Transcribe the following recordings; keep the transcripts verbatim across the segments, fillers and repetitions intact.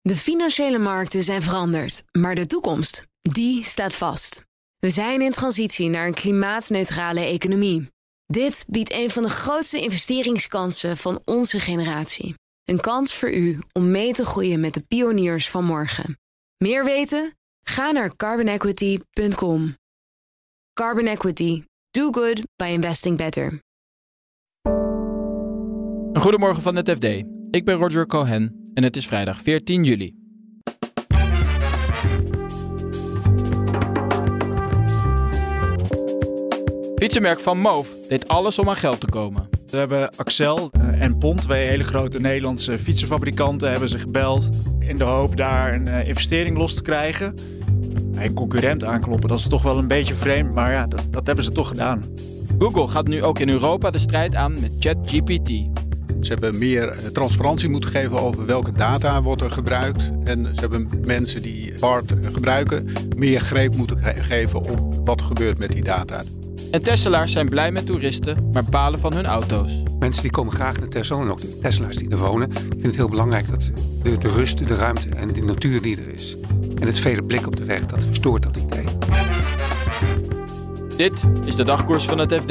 De financiële markten zijn veranderd, maar de toekomst, die staat vast. We zijn in transitie naar een klimaatneutrale economie. Dit biedt een van de grootste investeringskansen van onze generatie. Een kans voor u om mee te groeien met de pioniers van morgen. Meer weten? Ga naar carbon equity punt com. Carbon Equity. Do good by investing better. Goedemorgen van het F D. Ik ben Roger Cohen en het is vrijdag veertien juli. Fietsenmerk Van Moof deed alles om aan geld te komen. We hebben Accel en Pont, twee hele grote Nederlandse fietsenfabrikanten, hebben ze gebeld in de hoop daar een investering los te krijgen. Bij een concurrent aankloppen, dat is toch wel een beetje vreemd, maar ja, dat, dat hebben ze toch gedaan. Google gaat nu ook in Europa de strijd aan met ChatGPT. Ze hebben meer transparantie moeten geven over welke data wordt er gebruikt. En ze hebben mensen die BART gebruiken meer greep moeten ge- geven op wat er gebeurt met die data. En Tesla's zijn blij met toeristen, maar balen van hun auto's. Mensen die komen graag naar Tesla en ook de Tesla's die er wonen. Ik vind het heel belangrijk dat de, de rust, de ruimte en de natuur die er is. En het vele blik op de weg, dat verstoort dat idee. Dit is de dagkoers van het F D.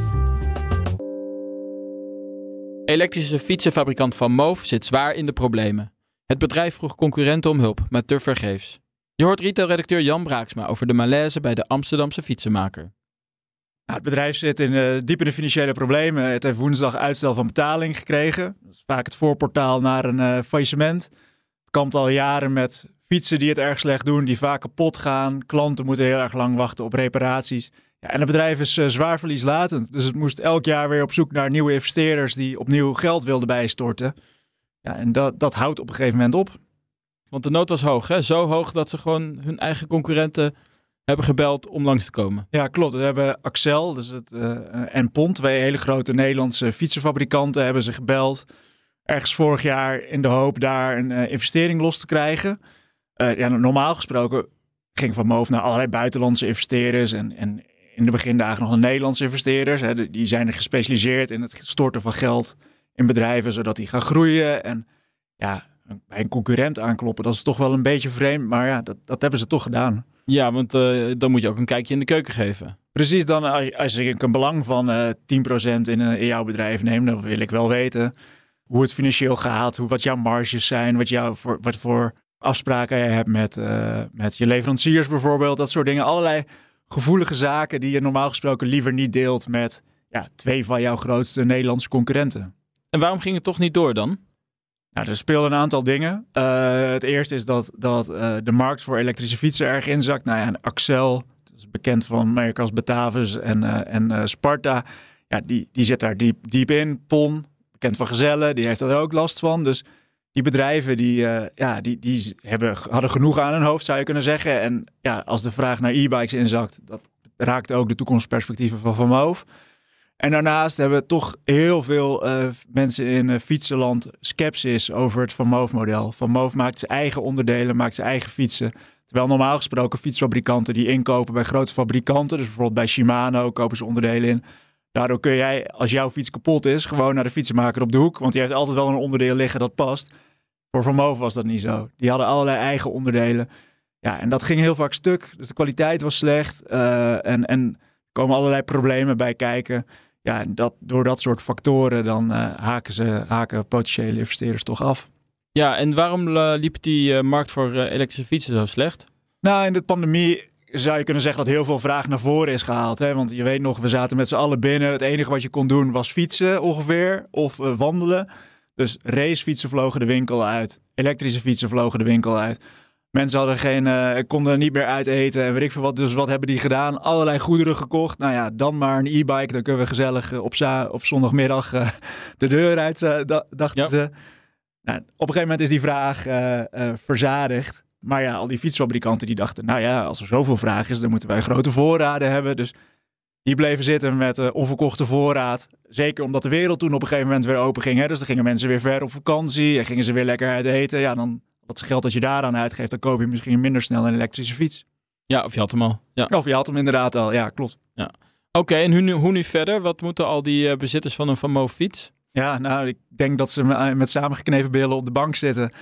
Elektrische fietsenfabrikant Van Moof zit zwaar in de problemen. Het bedrijf vroeg concurrenten om hulp, maar tevergeefs. Je hoort retailredacteur Jan Braaksma over de malaise bij de Amsterdamse fietsenmaker. Nou, het bedrijf zit in, uh, diep in de financiële problemen. Het heeft woensdag uitstel van betaling gekregen. Dat is vaak het voorportaal naar een uh, faillissement. Het kampt al jaren met fietsen die het erg slecht doen, die vaak kapot gaan. Klanten moeten heel erg lang wachten op reparaties. Ja, en het bedrijf is uh, zwaar verlieslatend. Dus het moest elk jaar weer op zoek naar nieuwe investeerders die opnieuw geld wilden bijstorten. Ja, en dat, dat houdt op een gegeven moment op. Want de nood was hoog, hè? Zo hoog dat ze gewoon hun eigen concurrenten hebben gebeld om langs te komen. Ja, klopt. We hebben Accel dus het, uh, en Pont, twee hele grote Nederlandse fietsenfabrikanten, hebben ze gebeld. Ergens vorig jaar in de hoop daar een uh, investering los te krijgen. Uh, ja, normaal gesproken ging Van Moof naar allerlei buitenlandse investeerders en, en in de begindagen nog een Nederlandse investeerders. Hè, die zijn er gespecialiseerd in het storten van geld in bedrijven, zodat die gaan groeien. En ja, bij een concurrent aankloppen, dat is toch wel een beetje vreemd. Maar ja, dat, dat hebben ze toch gedaan. Ja, want uh, dan moet je ook een kijkje in de keuken geven. Precies, dan als, als ik een belang van uh, tien procent in, uh, in jouw bedrijf neem, dan wil ik wel weten hoe het financieel gaat, hoe, wat jouw marges zijn, wat, jou voor, wat voor afspraken je hebt met, uh, met je leveranciers bijvoorbeeld. Dat soort dingen, allerlei gevoelige zaken die je normaal gesproken liever niet deelt met ja, twee van jouw grootste Nederlandse concurrenten. En waarom ging het toch niet door dan? Nou, er speelden een aantal dingen. Uh, het eerste is dat, dat uh, de markt voor elektrische fietsen erg inzakt. Nou ja, Accel, dat is bekend van merken als Batavus en, uh, en uh, Sparta. Ja, die, die zit daar diep, diep in. Pon, bekend van Gezellen, die heeft er ook last van. Dus die bedrijven die, uh, ja, die, die hebben, hadden genoeg aan hun hoofd, zou je kunnen zeggen. En ja, als de vraag naar e-bikes inzakt, dat raakt ook de toekomstperspectieven van Van Moof. En daarnaast hebben toch heel veel uh, mensen in uh, fietsenland sceptisch over het Van Moof-model. Van Moof maakt zijn eigen onderdelen, maakt zijn eigen fietsen. Terwijl normaal gesproken fietsfabrikanten die inkopen bij grote fabrikanten, dus bijvoorbeeld bij Shimano kopen ze onderdelen in. Daardoor kun jij, als jouw fiets kapot is, gewoon naar de fietsenmaker op de hoek. Want die heeft altijd wel een onderdeel liggen dat past. Voor Van Moof was dat niet zo. Die hadden allerlei eigen onderdelen. Ja, en dat ging heel vaak stuk. Dus de kwaliteit was slecht. Uh, en, en er komen allerlei problemen bij kijken. Ja, en dat, door dat soort factoren dan uh, haken, ze, haken potentiële investeerders toch af. Ja, en waarom uh, liep die uh, markt voor uh, elektrische fietsen zo slecht? Nou, in de pandemie zou je kunnen zeggen dat heel veel vraag naar voren is gehaald. Hè? Want je weet nog, we zaten met z'n allen binnen. Het enige wat je kon doen was fietsen ongeveer of uh, wandelen. Dus racefietsen vlogen de winkel uit. Elektrische fietsen vlogen de winkel uit. Mensen hadden geen, uh, konden niet meer uit eten en weet ik veel wat. Dus wat hebben die gedaan? Allerlei goederen gekocht. Nou ja, dan maar een e-bike. Dan kunnen we gezellig uh, op, za- op zondagmiddag uh, de deur uit, uh, d- dachten ja. ze. Nou, op een gegeven moment is die vraag uh, uh, verzadigd. Maar ja, al die fietsfabrikanten die dachten, nou ja, als er zoveel vraag is, dan moeten wij grote voorraden hebben. Dus die bleven zitten met uh, onverkochte voorraad. Zeker omdat de wereld toen op een gegeven moment weer open ging. Hè? Dus dan gingen mensen weer ver op vakantie en gingen ze weer lekker uit eten. Ja, dan wat geld dat je daaraan uitgeeft, dan koop je misschien minder snel een elektrische fiets. Ja, of je had hem al. Ja. Of je had hem inderdaad al, ja, klopt. Ja. Oké, okay, en hoe nu, hoe nu verder? Wat moeten al die uh, bezitters van een Van Moof fiets? Ja, nou, ik denk dat ze met samengeknepen billen op de bank zitten.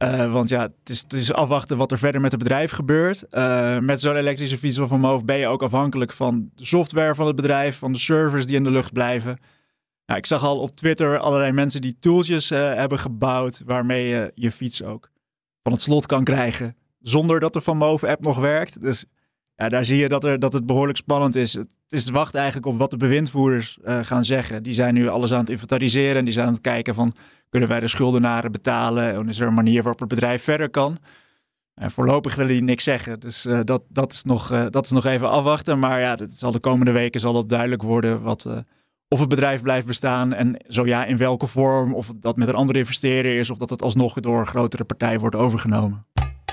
Uh, want ja, het is, het is afwachten wat er verder met het bedrijf gebeurt. Uh, met zo'n elektrische fiets van Moof ben je ook afhankelijk van de software van het bedrijf, van de servers die in de lucht blijven. Nou, ik zag al op Twitter allerlei mensen die tooltjes uh, hebben gebouwd waarmee je je fiets ook van het slot kan krijgen zonder dat de Van Moof app nog werkt. Dus ja, daar zie je dat, er, dat het behoorlijk spannend is. Het is te wachten eigenlijk op wat de bewindvoerders uh, gaan zeggen. Die zijn nu alles aan het inventariseren en die zijn aan het kijken van, kunnen wij de schuldenaren betalen? En is er een manier waarop het bedrijf verder kan? En voorlopig willen die niks zeggen. Dus uh, dat, dat, is nog, uh, dat is nog even afwachten. Maar ja, het zal de komende weken zal dat duidelijk worden wat, uh, of het bedrijf blijft bestaan. En zo ja, in welke vorm. Of dat met een andere investeerder is. Of dat het alsnog door een grotere partij wordt overgenomen.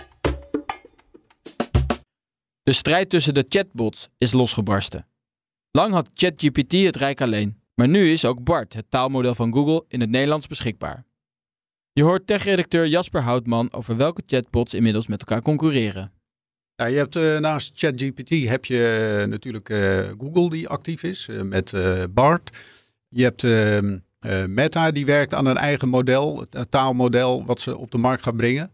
De strijd tussen de chatbots is losgebarsten. Lang had ChatGPT het rijk alleen. Maar nu is ook Bard, het taalmodel van Google, in het Nederlands beschikbaar. Je hoort tech-redacteur Jasper Houtman over welke chatbots inmiddels met elkaar concurreren. Ja, je hebt uh, naast ChatGPT heb je uh, natuurlijk uh, Google die actief is uh, met uh, Bard. Je hebt uh, uh, Meta die werkt aan een eigen model, het taalmodel wat ze op de markt gaan brengen.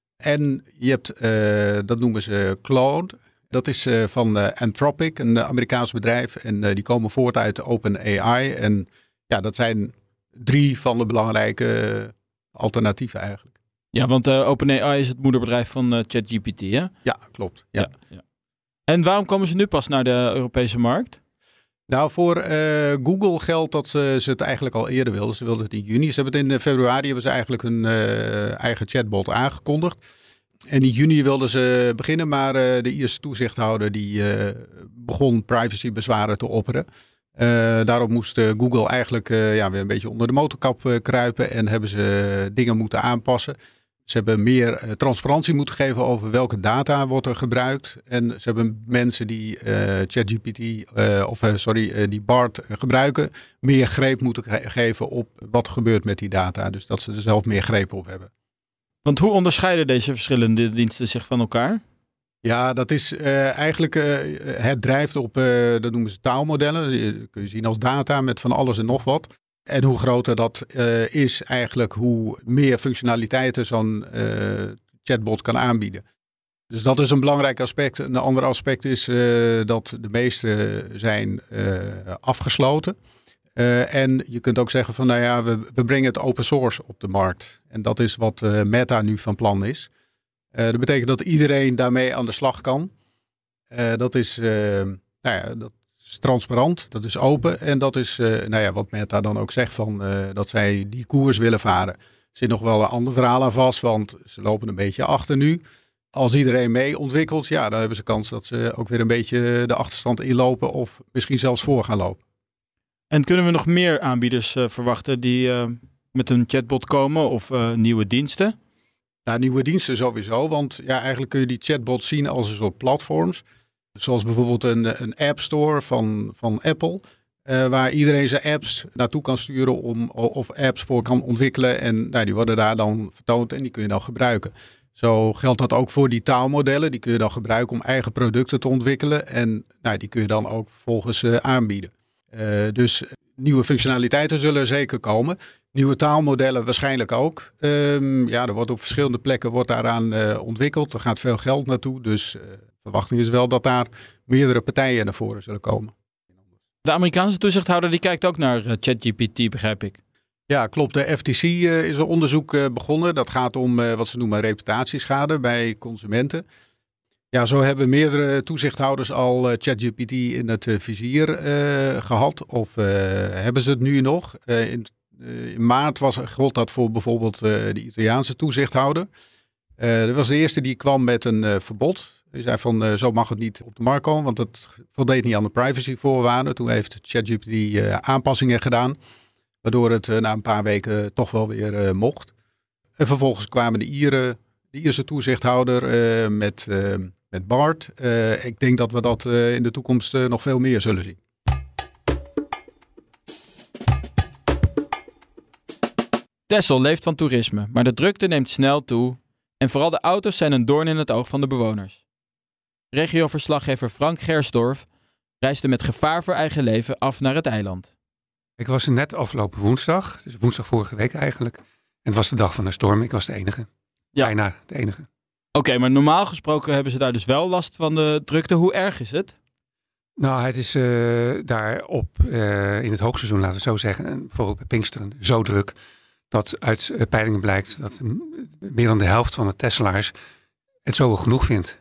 En je hebt, uh, dat noemen ze Claude. Dat is uh, van uh, Anthropic, een uh, Amerikaans bedrijf. En uh, die komen voort uit OpenAI. En ja, dat zijn drie van de belangrijke uh, alternatieven eigenlijk. Ja, want uh, OpenAI is het moederbedrijf van uh, ChatGPT, hè? Ja, klopt. Ja. Ja, ja. En waarom komen ze nu pas naar de Europese markt? Nou, voor uh, Google geldt dat ze, ze het eigenlijk al eerder wilden. Ze wilden het in juni. Ze hebben het in februari hebben ze eigenlijk hun uh, eigen chatbot aangekondigd. En in juni wilden ze beginnen, maar uh, de Ierse toezichthouder die uh, begon privacybezwaren te opperen. Uh, daarop moest uh, Google eigenlijk uh, ja, weer een beetje onder de motorkap uh, kruipen en hebben ze dingen moeten aanpassen. Ze hebben meer uh, transparantie moeten geven over welke data wordt er gebruikt. En ze hebben mensen die uh, ChatGPT, uh, of uh, sorry, uh, die Bard uh, gebruiken, meer greep moeten ge- geven op wat er gebeurt met die data. Dus dat ze er zelf meer greep op hebben. Want hoe onderscheiden deze verschillende diensten zich van elkaar? Ja, dat is uh, eigenlijk, uh, het drijft op, uh, dat noemen ze taalmodellen. Dat kun je zien als data met van alles en nog wat. En hoe groter dat uh, is eigenlijk, hoe meer functionaliteiten zo'n uh, chatbot kan aanbieden. Dus dat is een belangrijk aspect. Een ander aspect is uh, dat de meeste zijn uh, afgesloten. Uh, en je kunt ook zeggen van, nou ja, we, we brengen het open source op de markt. En dat is wat uh, Meta nu van plan is. Uh, dat betekent dat iedereen daarmee aan de slag kan. Uh, dat is, uh, nou ja, dat is transparant, dat is open. En dat is, uh, nou ja, wat Meta dan ook zegt van, uh, dat zij die koers willen varen. Er zit nog wel een ander verhaal aan vast, want ze lopen een beetje achter nu. Als iedereen mee ontwikkelt, ja, dan hebben ze kans dat ze ook weer een beetje de achterstand inlopen of misschien zelfs voor gaan lopen. En kunnen we nog meer aanbieders uh, verwachten die uh, met een chatbot komen of uh, nieuwe diensten? Nou, nieuwe diensten sowieso, want ja, eigenlijk kun je die chatbots zien als een soort platforms. Zoals bijvoorbeeld een, een app store van, van Apple, uh, waar iedereen zijn apps naartoe kan sturen om, of apps voor kan ontwikkelen. En nou, die worden daar dan vertoond en die kun je dan gebruiken. Zo geldt dat ook voor die taalmodellen. Die kun je dan gebruiken om eigen producten te ontwikkelen. En nou, die kun je dan ook vervolgens uh, aanbieden. Uh, dus nieuwe functionaliteiten zullen er zeker komen. Nieuwe taalmodellen waarschijnlijk ook. Um, ja, er wordt op verschillende plekken wordt daaraan uh, ontwikkeld. Er gaat veel geld naartoe. Dus uh, verwachting is wel dat daar meerdere partijen naar voren zullen komen. De Amerikaanse toezichthouder die kijkt ook naar uh, ChatGPT, begrijp ik. Ja, klopt. De F T C uh, is een onderzoek uh, begonnen. Dat gaat om uh, wat ze noemen reputatieschade bij consumenten. Ja, zo hebben meerdere toezichthouders al uh, ChatGPT in het uh, vizier uh, gehad. Of uh, hebben ze het nu nog? Uh, in, uh, in maart was, gold dat voor bijvoorbeeld uh, de Italiaanse toezichthouder. Uh, dat was de eerste die kwam met een uh, verbod. Hij zei van uh, zo mag het niet op de markt komen, want het voldeed niet aan de privacyvoorwaarden. Toen heeft ChatGPT uh, aanpassingen gedaan, waardoor het uh, na een paar weken toch wel weer uh, mocht. En vervolgens kwamen de Ieren, de Ierse toezichthouder uh, met... Uh, Met Bard. Uh, ik denk dat we dat uh, in de toekomst uh, nog veel meer zullen zien. Texel leeft van toerisme, maar de drukte neemt snel toe en vooral de auto's zijn een doorn in het oog van de bewoners. Regioverslaggever Frank Gersdorf reisde met gevaar voor eigen leven af naar het eiland. Ik was er net afgelopen woensdag, dus woensdag vorige week eigenlijk. En het was de dag van de storm, ik was de enige. Ja. Bijna de enige. Oké, okay, maar normaal gesproken hebben ze daar dus wel last van de drukte. Hoe erg is het? Nou, het is uh, daar op uh, in het hoogseizoen, laten we het zo zeggen, en bijvoorbeeld bij Pinksteren, zo druk dat uit uh, peilingen blijkt dat meer dan de helft van de Tesla's het zo wel genoeg vindt.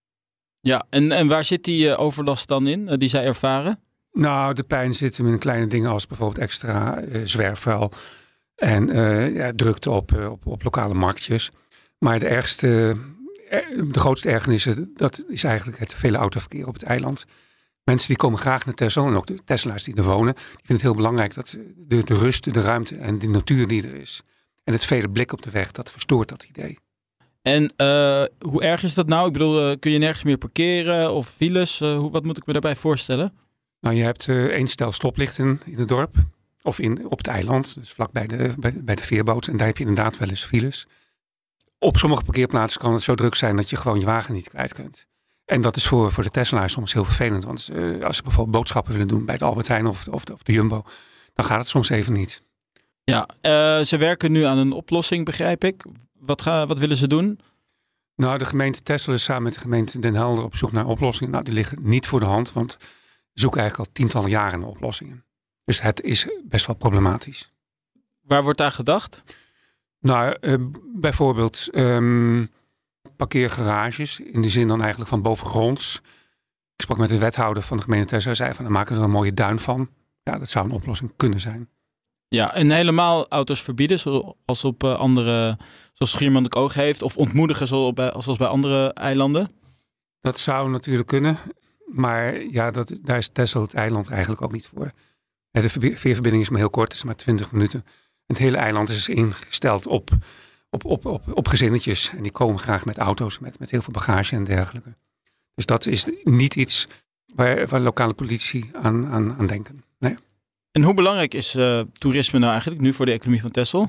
Ja, en, en waar zit die uh, overlast dan in, uh, die zij ervaren? Nou, de pijn zit hem in kleine dingen als bijvoorbeeld extra uh, zwerfvuil en uh, ja, drukte op, uh, op, op lokale marktjes. Maar de ergste, de grootste ergernissen, dat is eigenlijk het vele autoverkeer op het eiland. Mensen die komen graag naar Texel en ook de Tesla's die er wonen, die vinden het heel belangrijk dat de, de rust, de ruimte en de natuur die er is. En het vele blik op de weg, dat verstoort dat idee. En uh, hoe erg is dat nou? Ik bedoel, uh, kun je nergens meer parkeren of files? Uh, hoe, wat moet ik me daarbij voorstellen? Nou, je hebt uh, één stel stoplichten in het dorp of in, op het eiland, dus vlak bij de, bij, bij de veerboot. En daar heb je inderdaad wel eens files. Op sommige parkeerplaatsen kan het zo druk zijn dat je gewoon je wagen niet kwijt kunt. En dat is voor, voor de Tesla's soms heel vervelend. Want uh, als ze bijvoorbeeld boodschappen willen doen bij de Albert Heijn of, of, de, of de Jumbo, dan gaat het soms even niet. Ja, uh, ze werken nu aan een oplossing, begrijp ik. Wat, ga, wat willen ze doen? Nou, de gemeente Texel is samen met de gemeente Den Helder op zoek naar oplossingen. Nou, die liggen niet voor de hand, want we zoeken eigenlijk al tientallen jaren naar oplossingen. Dus het is best wel problematisch. Waar wordt daar gedacht? Nou, uh, bijvoorbeeld um, parkeergarages, in de zin dan eigenlijk van bovengronds. Ik sprak met de wethouder van de gemeente Texel en zei van, dan maken we er een mooie duin van. Ja, dat zou een oplossing kunnen zijn. Ja, en helemaal auto's verbieden, zoals op uh, andere, zoals Schiermonnikoog heeft, of ontmoedigen zoals bij, zoals bij andere eilanden? Dat zou natuurlijk kunnen, maar ja, dat, daar is Texel het eiland eigenlijk ook niet voor. Ja, de veerverbinding is maar heel kort, het is maar twintig minuten. Het hele eiland is ingesteld op, op, op, op, op gezinnetjes en die komen graag met auto's, met, met heel veel bagage en dergelijke. Dus dat is niet iets waar, waar lokale politici aan, aan, aan denken. Nee. En hoe belangrijk is uh, toerisme nou eigenlijk nu voor de economie van Texel?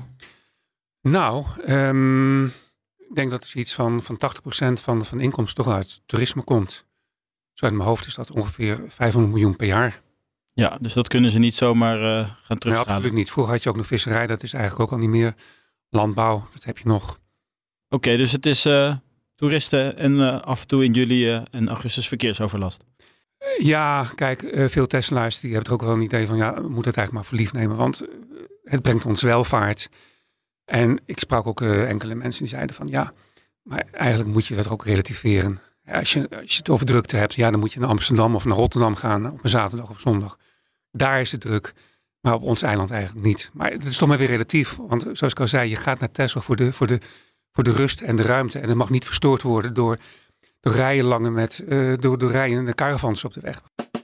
Nou, um, ik denk dat er iets van, van tachtig procent van, van de inkomsten toch uit toerisme komt. Zo uit mijn hoofd is dat ongeveer vijfhonderd miljoen per jaar. Ja, dus dat kunnen ze niet zomaar uh, gaan terugschalen. Nee, absoluut niet. Vroeger had je ook nog visserij, dat is eigenlijk ook al niet meer. Landbouw, dat heb je nog. Oké, okay, dus het is uh, toeristen en uh, af en toe in juli uh, en augustus verkeersoverlast. Ja, kijk, uh, veel Tesla's die hebben er ook wel een idee van, ja, we moeten het eigenlijk maar voor lief nemen, want uh, het brengt ons welvaart. En ik sprak ook uh, enkele mensen die zeiden van, ja, maar eigenlijk moet je dat ook relativeren. Ja, als, je, als je het over drukte hebt, ja, dan moet je naar Amsterdam of naar Rotterdam gaan op een zaterdag of zondag. Daar is het druk, maar op ons eiland eigenlijk niet. Maar het is toch maar weer relatief, want zoals ik al zei, je gaat naar Texel voor de, voor de, voor de rust en de ruimte. En dat mag niet verstoord worden door... Door rijen lange met, uh, door, door rijen de caravans op de weg.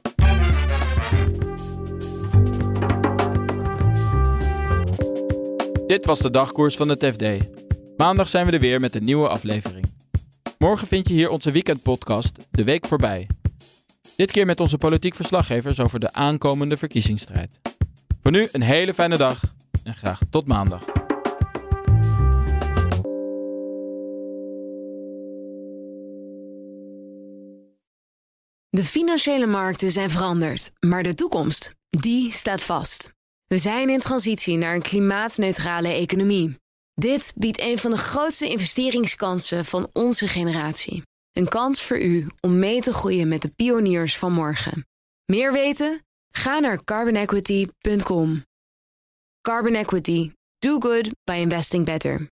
Dit was de dagkoers van het F D. Maandag zijn we er weer met een nieuwe aflevering. Morgen vind je hier onze weekendpodcast De Week Voorbij. Dit keer met onze politiek verslaggevers over de aankomende verkiezingsstrijd. Voor nu een hele fijne dag en graag tot maandag. De financiële markten zijn veranderd, maar de toekomst, die staat vast. We zijn in transitie naar een klimaatneutrale economie. Dit biedt een van de grootste investeringskansen van onze generatie. Een kans voor u om mee te groeien met de pioniers van morgen. Meer weten? Ga naar carbon equity punt com. Carbon Equity. Do good by investing better.